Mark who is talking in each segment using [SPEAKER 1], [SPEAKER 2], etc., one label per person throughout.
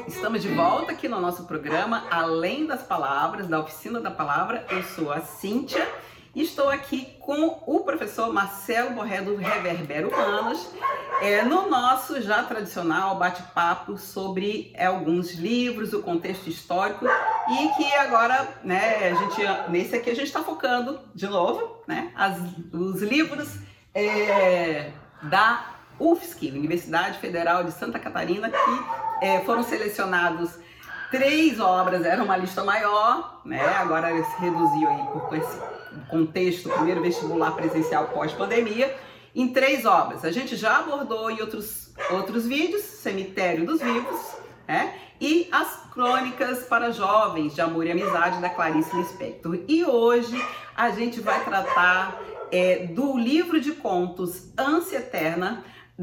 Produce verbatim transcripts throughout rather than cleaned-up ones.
[SPEAKER 1] Estamos de volta aqui no nosso programa Além das Palavras, da Oficina da Palavra. Eu sou a Cíntia e estou aqui com o professor Marcelo Borré do Reverbero Humanos, é, no nosso já tradicional bate-papo sobre é, alguns livros, o contexto histórico, e que agora, né, a gente, nesse aqui a gente está focando de novo, né, as, os livros é, da U F S C, Universidade Federal de Santa Catarina, que é, foram selecionados três obras, era uma lista maior, né? Agora se reduziu aí por esse contexto, primeiro vestibular presencial pós-pandemia, em três obras. A gente já abordou em outros, outros vídeos, Cemitério dos Vivos, né? E as Crônicas para Jovens, de Amor e Amizade, da Clarice Lispector. E hoje a gente vai tratar é, do livro de contos Ânsia Eterna,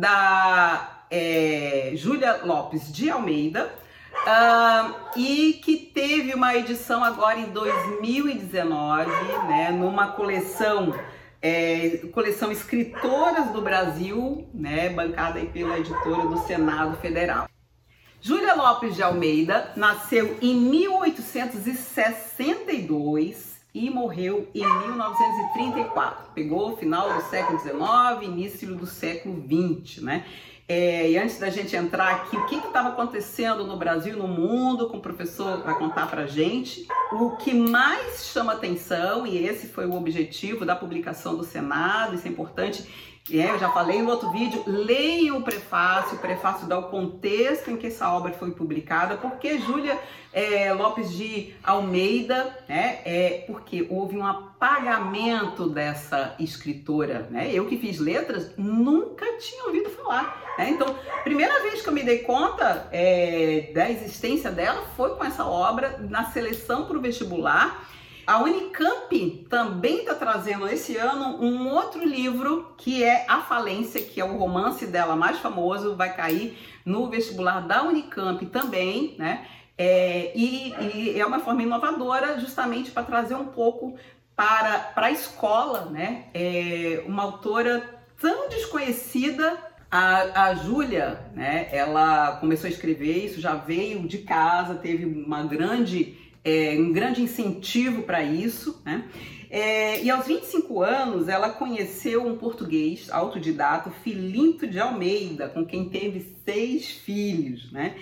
[SPEAKER 1] da é, Júlia Lopes de Almeida, uh, e que teve uma edição agora em dois mil e dezenove, né, numa coleção, é, coleção Escritoras do Brasil, né, bancada aí pela editora do Senado Federal. Júlia Lopes de Almeida nasceu em mil oitocentos e sessenta e dois e morreu em mil novecentos e trinta e quatro. Pegou o final do século dezenove, início do século vinte, né? É, e antes da gente entrar aqui, o que estava acontecendo no Brasil e no mundo, com o professor vai contar pra gente. O que mais chama atenção, e esse foi o objetivo da publicação do Senado, isso é importante, é, eu já falei no outro vídeo, leiam o prefácio, o prefácio dá o contexto em que essa obra foi publicada, porque Júlia é, Lopes de Almeida, né, é, porque houve um apagamento dessa escritora, né, eu que fiz letras, nunca tinha ouvido falar, né, então, primeira vez que eu me dei conta é, da existência dela foi com essa obra, na seleção para o vestibular. A Unicamp também está trazendo esse ano um outro livro que é A Falência, que é o romance dela mais famoso, vai cair no vestibular da Unicamp também, né? É, e, e é uma forma inovadora justamente para trazer um pouco para, para a escola, né? É uma autora tão desconhecida. A, a Júlia, né? Ela começou a escrever, isso já veio de casa, teve uma grande... É, um grande incentivo para isso, né? É, e aos vinte e cinco anos ela conheceu um português autodidata, Filinto de Almeida, com quem teve seis filhos, né?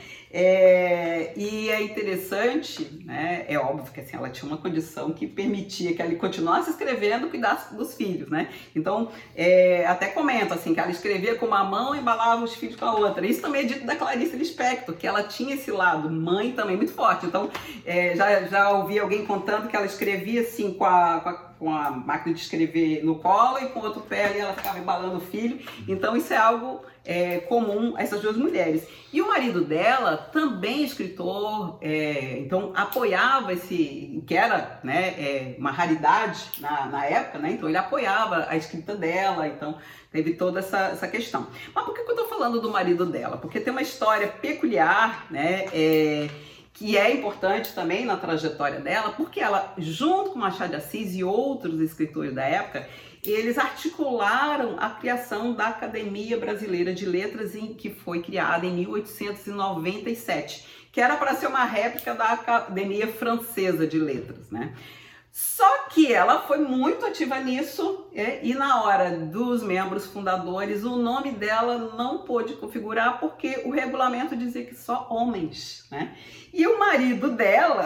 [SPEAKER 1] É, e é interessante, né? É óbvio que assim, ela tinha uma condição que permitia que ela continuasse escrevendo e cuidasse dos filhos, né? Então, é, até comento assim, que ela escrevia com uma mão e embalava os filhos com a outra. Isso também é dito da Clarice Lispector, que ela tinha esse lado, mãe também, muito forte. Então, é, já, já ouvi alguém contando que ela escrevia assim com a, com a, com a máquina de escrever no colo e com o outro pé ali ela ficava embalando o filho. Então, isso é algo é, comum a essas duas mulheres. E o marido dela também escritor, é, então apoiava esse, que era, né, é, uma raridade na, na época, né? Então ele apoiava a escrita dela, então teve toda essa, essa questão. Mas por que, que eu tô falando do marido dela? Porque tem uma história peculiar, né? É, que é importante também na trajetória dela, porque ela, junto com Machado de Assis e outros escritores da época, eles articularam a criação da Academia Brasileira de Letras, em, que foi criada em mil oitocentos e noventa e sete, que era para ser uma réplica da Academia Francesa de Letras, né? Só que ela foi muito ativa nisso, é, e na hora dos membros fundadores, o nome dela não pôde configurar porque o regulamento dizia que só homens, né? E o marido dela,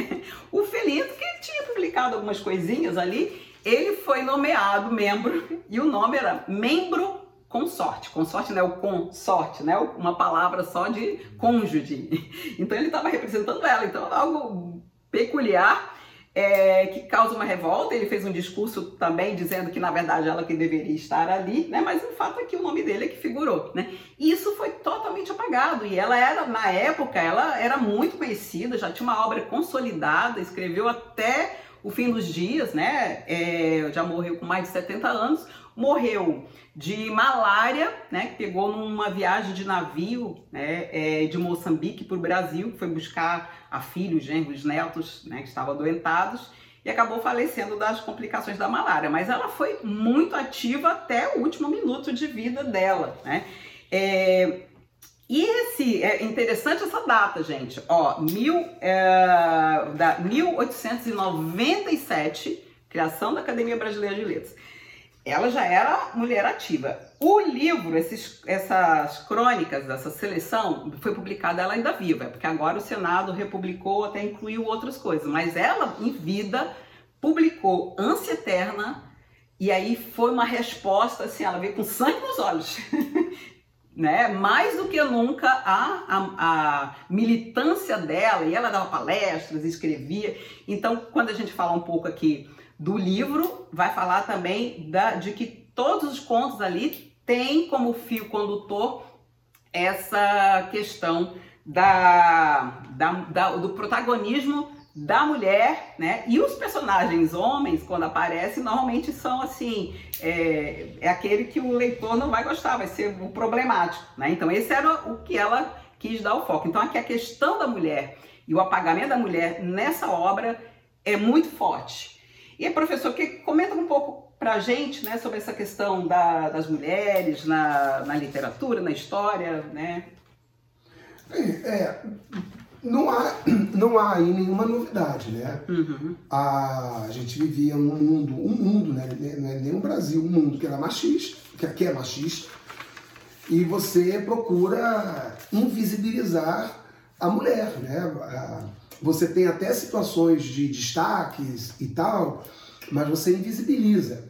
[SPEAKER 1] o Filinto, que tinha publicado algumas coisinhas ali, ele foi nomeado membro, e o nome era Membro Consorte. Consorte não é o consorte, né? Uma palavra só de cônjuge. Então ele estava representando ela, então algo peculiar. É, que causa uma revolta. Ele fez um discurso também dizendo que na verdade ela que deveria estar ali, né? Mas o fato é que o nome dele é que figurou, né? E isso foi totalmente apagado, e ela era, na época, ela era muito conhecida, já tinha uma obra consolidada, escreveu até o fim dos dias, né? É, já morreu com mais de setenta anos, morreu de malária, né? Que pegou numa viagem de navio, né? É, de Moçambique para o Brasil, que foi buscar a filhos, genros, netos, né? Que estavam adoentados, e acabou falecendo das complicações da malária. Mas ela foi muito ativa até o último minuto de vida dela, né? É, E esse, é interessante essa data, gente. Ó, mil, é, da mil oitocentos e noventa e sete, criação da Academia Brasileira de Letras. Ela já era mulher ativa. O livro, esses, essas crônicas, essa seleção, foi publicada ela ainda viva, porque agora o Senado republicou, até incluiu outras coisas. Mas ela, em vida, publicou Ânsia Eterna, e aí foi uma resposta, assim, ela veio com sangue nos olhos. Né? Mais do que nunca a, a, a militância dela, e ela dava palestras, escrevia. Então, quando a gente fala um pouco aqui do livro, vai falar também da, de que todos os contos ali têm como fio condutor essa questão da, da, da, do protagonismo da mulher, né? E os personagens homens, quando aparecem, normalmente são assim, é, é aquele que o leitor não vai gostar, vai ser o problemático, né? Então esse era o que ela quis dar o foco. Então aqui a questão da mulher e o apagamento da mulher nessa obra é muito forte. E aí, professor, que comenta um pouco pra gente, né, sobre essa questão da, das mulheres na, na literatura, na história, né?
[SPEAKER 2] É, é... Não há, não há aí nenhuma novidade, né?
[SPEAKER 1] Uhum.
[SPEAKER 2] A, a gente vivia um mundo, um mundo, né? Não é nem um Brasil, um mundo que era machista, que, que é machista, e você procura invisibilizar a mulher, né? A, você tem até situações de destaques e tal, mas você invisibiliza.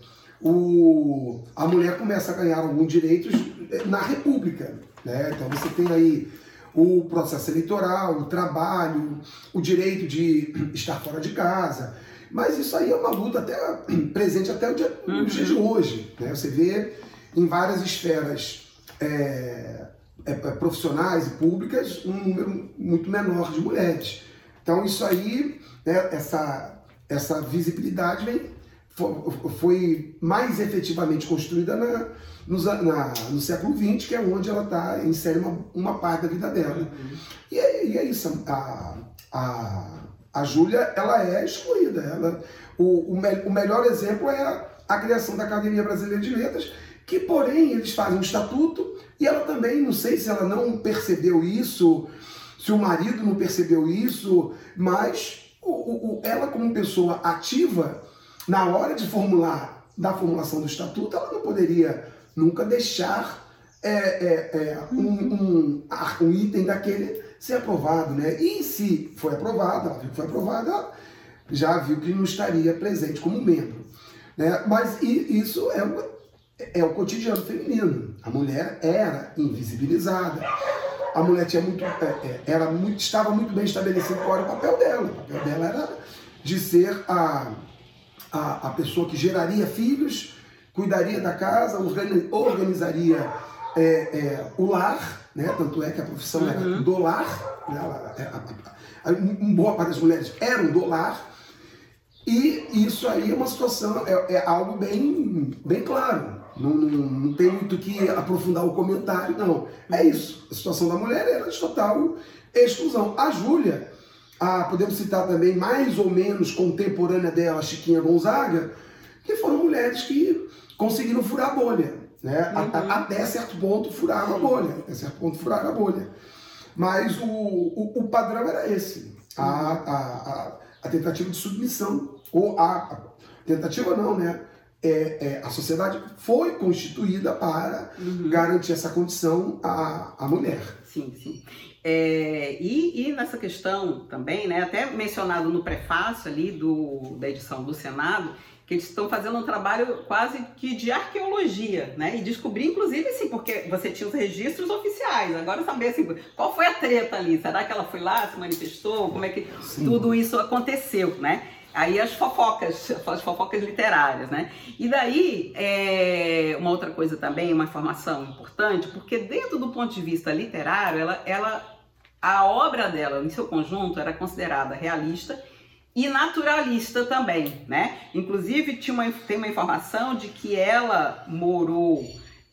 [SPEAKER 2] O, a mulher começa a ganhar alguns direitos na República, né? Então você tem aí o processo eleitoral, o trabalho, o direito de estar fora de casa. Mas isso aí é uma luta até presente até o dia, uhum. os dias de hoje, né? Você vê em várias esferas é, é, profissionais e públicas um número muito menor de mulheres. Então isso aí, né, essa, essa visibilidade vem, foi, foi mais efetivamente construída na, no, na, no século vinte, que é onde ela está insere uma, uma parte da vida dela. Uhum. E, é, e é isso, a, a, a Júlia, ela é excluída. Ela, o, o, me, o melhor exemplo é a, a criação da Academia Brasileira de Letras, que porém eles fazem um estatuto, e ela também, não sei se ela não percebeu isso, se o marido não percebeu isso, mas o, o, ela como pessoa ativa, na hora de formular, da formulação do estatuto, ela não poderia nunca deixar é, é, é, um, um, um item daquele ser aprovado, né? E se foi aprovado, ela viu que foi aprovado, ela já viu que não estaria presente como membro, né? Mas isso é o, é o cotidiano feminino. A mulher era invisibilizada. A mulher tinha muito, era muito, estava muito bem estabelecido qual era o papel dela. O papel dela era de ser a, a, a pessoa que geraria filhos, cuidaria da casa, organizaria é, é, o lar, né? Tanto é que a profissão uhum. era do lar, né? Ela, a, a, a, uma boa parte das mulheres eram do lar, e isso aí é uma situação, é, é algo bem, bem claro. Não, não, não tem muito que aprofundar o comentário, não. É isso. A situação da mulher era de total exclusão. A Júlia, a, podemos citar também mais ou menos contemporânea dela, Chiquinha Gonzaga, que foram mulheres que conseguiram furar a bolha, né? Uhum. A, a, até certo ponto furaram a bolha, até certo ponto furaram a bolha. Mas o, o, o padrão era esse. A, a, a, a tentativa de submissão, ou a, a tentativa não, né? É, é, a sociedade foi constituída para uhum. garantir essa condição à, à mulher.
[SPEAKER 1] Sim, sim. É, e, e nessa questão também, né, até mencionado no prefácio ali do, da edição do Senado, que eles estão fazendo um trabalho quase que de arqueologia, né, e descobrir, inclusive, assim, porque você tinha os registros oficiais, agora saber, assim, qual foi a treta ali, será que ela foi lá, se manifestou, como é que sim. tudo isso aconteceu, né? Aí as fofocas, as fofocas literárias, né? E daí, é, uma outra coisa também, uma informação importante, porque dentro do ponto de vista literário, ela, ela, a obra dela, em seu conjunto, era considerada realista e naturalista também, né? Inclusive, tinha uma, tem uma informação de que ela morou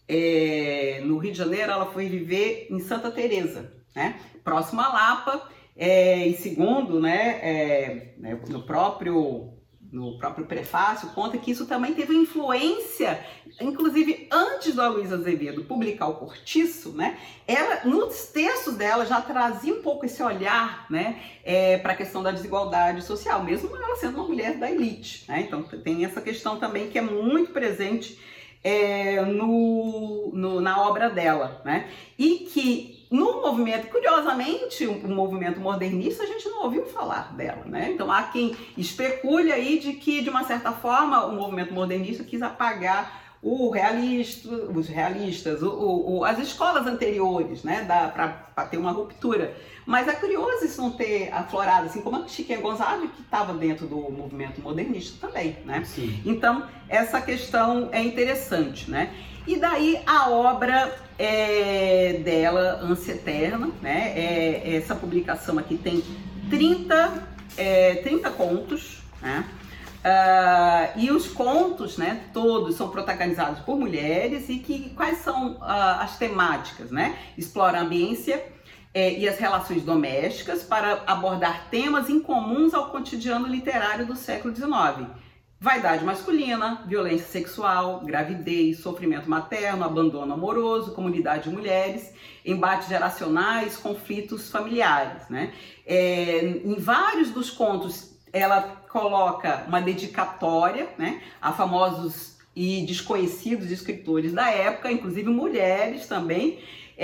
[SPEAKER 1] é, no Rio de Janeiro, ela foi viver em Santa Teresa, né? Próximo a Lapa. É, e segundo, né, é, no próprio no próprio prefácio, conta que isso também teve influência, inclusive antes da Luísa Azevedo publicar o Cortiço, né? Ela, nos textos dela, já trazia um pouco esse olhar, né, é, para a questão da desigualdade social, mesmo ela sendo uma mulher da elite, né? Então tem essa questão também que é muito presente é, no, no, na obra dela, né? E que no movimento, curiosamente, o movimento modernista, a gente não ouviu falar dela, né? Então há quem especule aí de que, de uma certa forma, o movimento modernista quis apagar o realista, os realistas, o, o, as escolas anteriores, né? Para ter uma ruptura. Mas é curioso isso não ter aflorado, assim como a Chiquinha Gonzaga, que estava dentro do movimento modernista também, né?
[SPEAKER 2] Sim.
[SPEAKER 1] Então, essa questão é interessante, né? E daí a obra é, dela, Ânsia Eterna, né? É, essa publicação aqui tem trinta, é, trinta contos, né? Uh, e os contos, né, todos são protagonizados por mulheres e que quais são uh, as temáticas, né? Explora a ambiência é, e as relações domésticas para abordar temas incomuns ao cotidiano literário do século dezenove. Vaidade masculina, violência sexual, gravidez, sofrimento materno, abandono amoroso, comunidade de mulheres, embates geracionais, conflitos familiares, né? É, em vários dos contos ela coloca uma dedicatória, né, a famosos e desconhecidos escritores da época, inclusive mulheres também,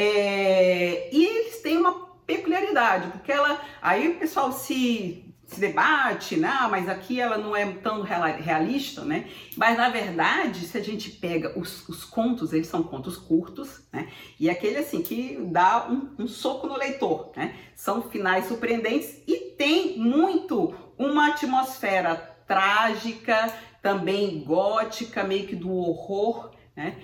[SPEAKER 1] é, e eles têm uma peculiaridade, porque ela, aí o pessoal se, se debate, né, ah, mas aqui ela não é tão realista, né, mas na verdade, se a gente pega os, os contos, eles são contos curtos, né, e aquele assim que dá um, um soco no leitor, né, são finais surpreendentes e tem muito uma atmosfera trágica, também gótica, meio que do horror, né?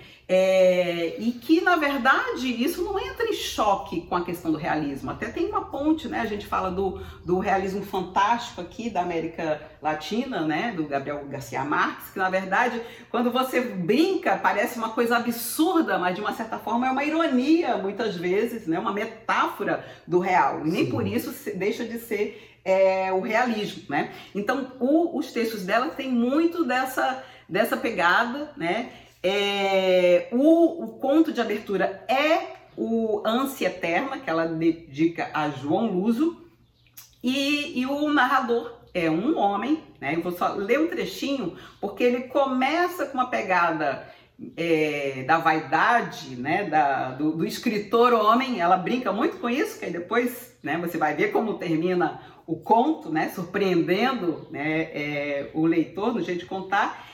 [SPEAKER 1] É, e que, na verdade, isso não entra em choque com a questão do realismo. Até tem uma ponte, né? A gente fala do, do realismo fantástico aqui da América Latina, né? Do Gabriel Garcia Marques, que, na verdade, quando você brinca, parece uma coisa absurda, mas, de uma certa forma, é uma ironia, muitas vezes, né? Uma metáfora do real. E nem Sim. por isso deixa de ser É, o realismo, né? Então, o, os textos dela têm muito dessa, dessa pegada, né? É, o, o conto de abertura é o Ânsia Eterna, que ela dedica a João Luso, e, e o narrador é um homem, né? Eu vou só ler um trechinho, porque ele começa com uma pegada é, da vaidade, né? Da, do, do escritor homem, ela brinca muito com isso, que aí depois, né, você vai ver como termina o conto, né, surpreendendo, né, é, o leitor no jeito de contar.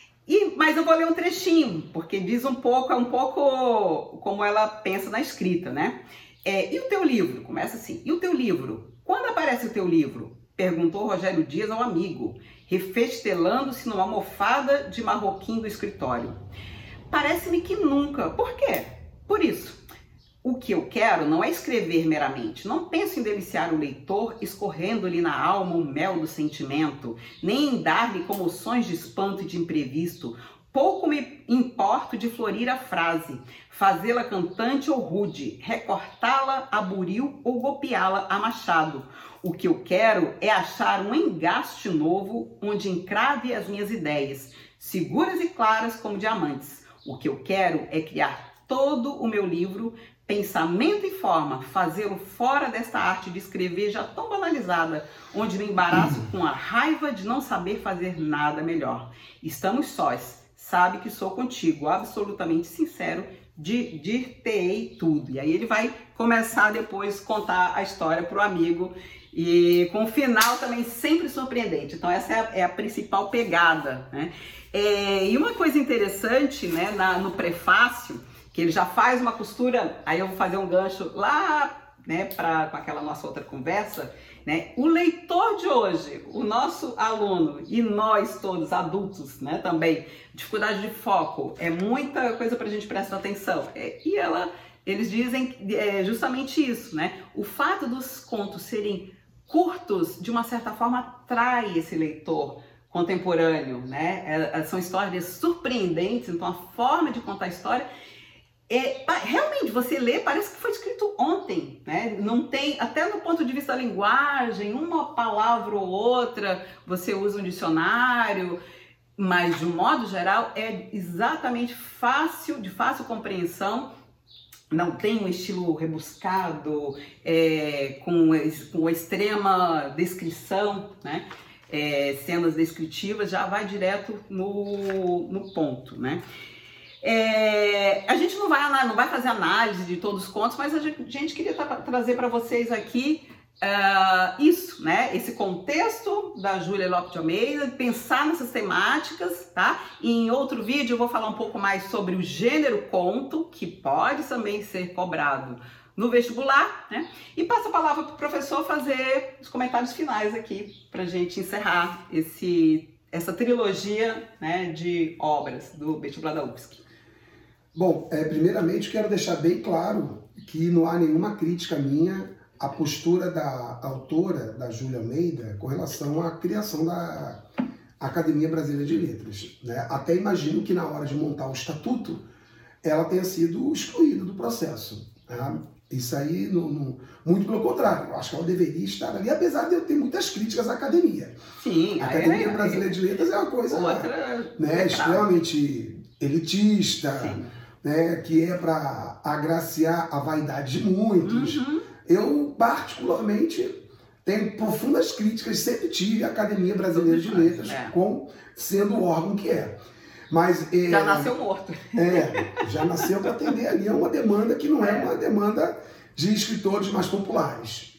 [SPEAKER 1] E, mas eu vou ler um trechinho, porque diz um pouco, é um pouco como ela pensa na escrita, né? É, e o teu livro? Começa assim. E o teu livro? Quando aparece o teu livro? Perguntou Rogério Dias ao amigo, refestelando-se numa almofada de marroquim do escritório. Parece-me que nunca. Por quê? Por isso. O que eu quero não é escrever meramente, não penso em deliciar o leitor escorrendo-lhe na alma o mel do sentimento, nem em dar-lhe comoções de espanto e de imprevisto. Pouco me importo de florir a frase, fazê-la cantante ou rude, recortá-la a buril ou golpeá-la a machado. O que eu quero é achar um engaste novo onde encrave as minhas ideias, seguras e claras como diamantes. O que eu quero é criar todo o meu livro, pensamento e forma, fazê-lo fora desta arte de escrever já tão banalizada, onde me embaraço com a raiva de não saber fazer nada melhor. Estamos sós, sabe que sou contigo, absolutamente sincero, de dir-te-ei tudo. E aí ele vai começar depois contar a história para o amigo, e com o final também sempre surpreendente. Então essa é a, é a principal pegada, né? É, e uma coisa interessante, né, na, no prefácio, que ele já faz uma costura, aí eu vou fazer um gancho lá, né, pra, com aquela nossa outra conversa, né, o leitor de hoje, o nosso aluno e nós todos, adultos, né, também, dificuldade de foco, é muita coisa pra gente prestar atenção, é, e ela, eles dizem é, justamente isso, né, o fato dos contos serem curtos, de uma certa forma, atrai esse leitor contemporâneo, né, é, são histórias surpreendentes, então a forma de contar a história É, realmente, você lê, parece que foi escrito ontem, né? Não tem, até no ponto de vista da linguagem, uma palavra ou outra, você usa um dicionário, mas de um modo geral é exatamente fácil, de fácil compreensão, não tem um estilo rebuscado, é, com, com extrema descrição, né? É, cenas descritivas, já vai direto no, no ponto, né? É, a gente não vai, não vai fazer análise de todos os contos, mas a gente, a gente queria tra trazer para vocês aqui uh, isso, né? Esse contexto da Júlia Lopes de Almeida, pensar nessas temáticas, tá? E em outro vídeo eu vou falar um pouco mais sobre o gênero conto, que pode também ser cobrado no vestibular, né? E passo a palavra para o professor fazer os comentários finais aqui, para a gente encerrar esse, essa trilogia, né, de obras do vestibular da U F S C.
[SPEAKER 2] Bom, é, primeiramente quero deixar bem claro que não há nenhuma crítica minha à postura da autora, da Júlia Almeida, com relação à criação da Academia Brasileira de Letras, né? Até imagino que na hora de montar o estatuto, ela tenha sido excluída do processo, né? Isso aí, não, não, muito pelo contrário, eu acho que ela deveria estar ali, apesar de eu ter muitas críticas à academia.
[SPEAKER 1] Sim,
[SPEAKER 2] a Academia
[SPEAKER 1] é,
[SPEAKER 2] Brasileira de Letras é uma coisa
[SPEAKER 1] outra,
[SPEAKER 2] né, extremamente elitista,
[SPEAKER 1] sim,
[SPEAKER 2] né, que é para agraciar a vaidade de muitos.
[SPEAKER 1] Uhum.
[SPEAKER 2] Eu, particularmente, tenho profundas críticas, sempre tive a Academia Brasileira de Letras,
[SPEAKER 1] é.
[SPEAKER 2] como sendo o órgão que é. Mas, é,
[SPEAKER 1] já nasceu morto.
[SPEAKER 2] É, já nasceu para atender ali a uma demanda que não é uma demanda de escritores mais populares.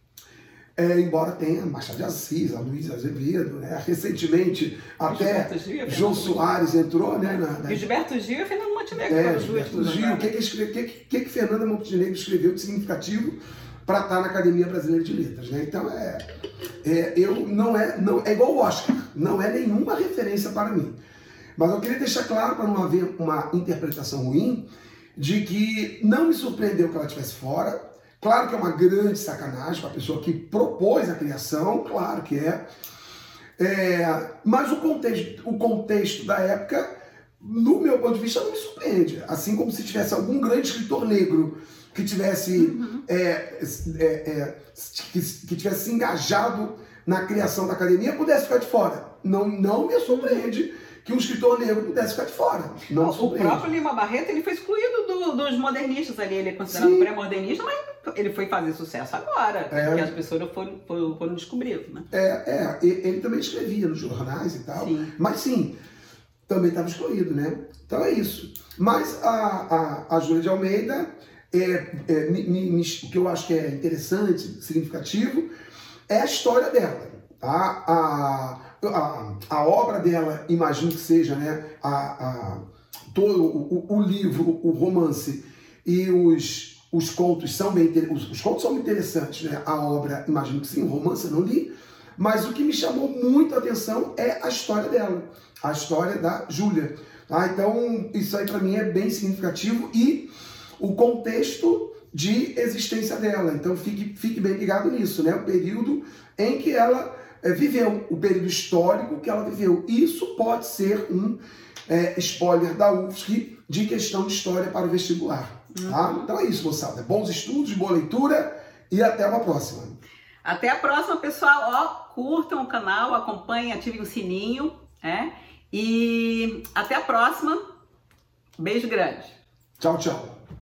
[SPEAKER 2] É, embora tenha Machado de Assis, a Luiz Azevedo, né? Recentemente até
[SPEAKER 1] Gil,
[SPEAKER 2] Jô Soares entrou, né? Na, na...
[SPEAKER 1] E Gilberto Gil e Fernando Montenegro.
[SPEAKER 2] É, Gilberto Gil. O que que, escreve, que, que, que Fernanda Montenegro escreveu de significativo para estar na Academia Brasileira de Letras, né? Então, é, é, eu, não é, não, é igual o Oscar, não é nenhuma referência para mim. Mas eu queria deixar claro, para não haver uma interpretação ruim, de que não me surpreendeu que ela estivesse fora. Claro que é uma grande sacanagem para a pessoa que propôs a criação, claro que é. é mas o contexto, o contexto da época, no meu ponto de vista, não me surpreende. Assim como se tivesse algum grande escritor negro que tivesse, uhum. é, é, é, que, que tivesse se engajado na criação da academia, pudesse ficar de fora. Não, não me surpreende que um escritor negro pudesse ficar de fora. Não
[SPEAKER 1] o próprio Lima Barreto, ele foi excluído do, dos modernistas ali, ele é considerado pré-modernista, mas ele foi fazer sucesso agora, é. porque as pessoas foram, foram, foram descobrindo, né?
[SPEAKER 2] É, é, ele também escrevia nos jornais e tal, sim. Mas sim, também estava excluído, né? Então é isso. Mas a, a, a Júlia de Almeida, é, é, me, me, o que eu acho que é interessante, significativo, é a história dela, tá? A, A, a obra dela, imagino que seja, né, a, a, todo o, o livro, o romance e os, os contos são bem os, os contos são bem interessantes, né? A obra, imagino que sim, o romance eu não li, mas o que me chamou muito a atenção é a história dela, a história da Júlia. Tá? Então, isso aí para mim é bem significativo e o contexto de existência dela. Então, fique, fique bem ligado nisso, né? O período em que ela É, viveu, o período histórico que ela viveu. Isso pode ser um é, spoiler da U F S C de questão de história para o vestibular. Tá? Uhum. Então é isso, moçada. Bons estudos, boa leitura e até uma próxima.
[SPEAKER 1] Até a próxima, pessoal. Ó, curtam o canal, acompanhem, ativem o sininho. É? E até a próxima. Beijo grande.
[SPEAKER 2] Tchau, tchau.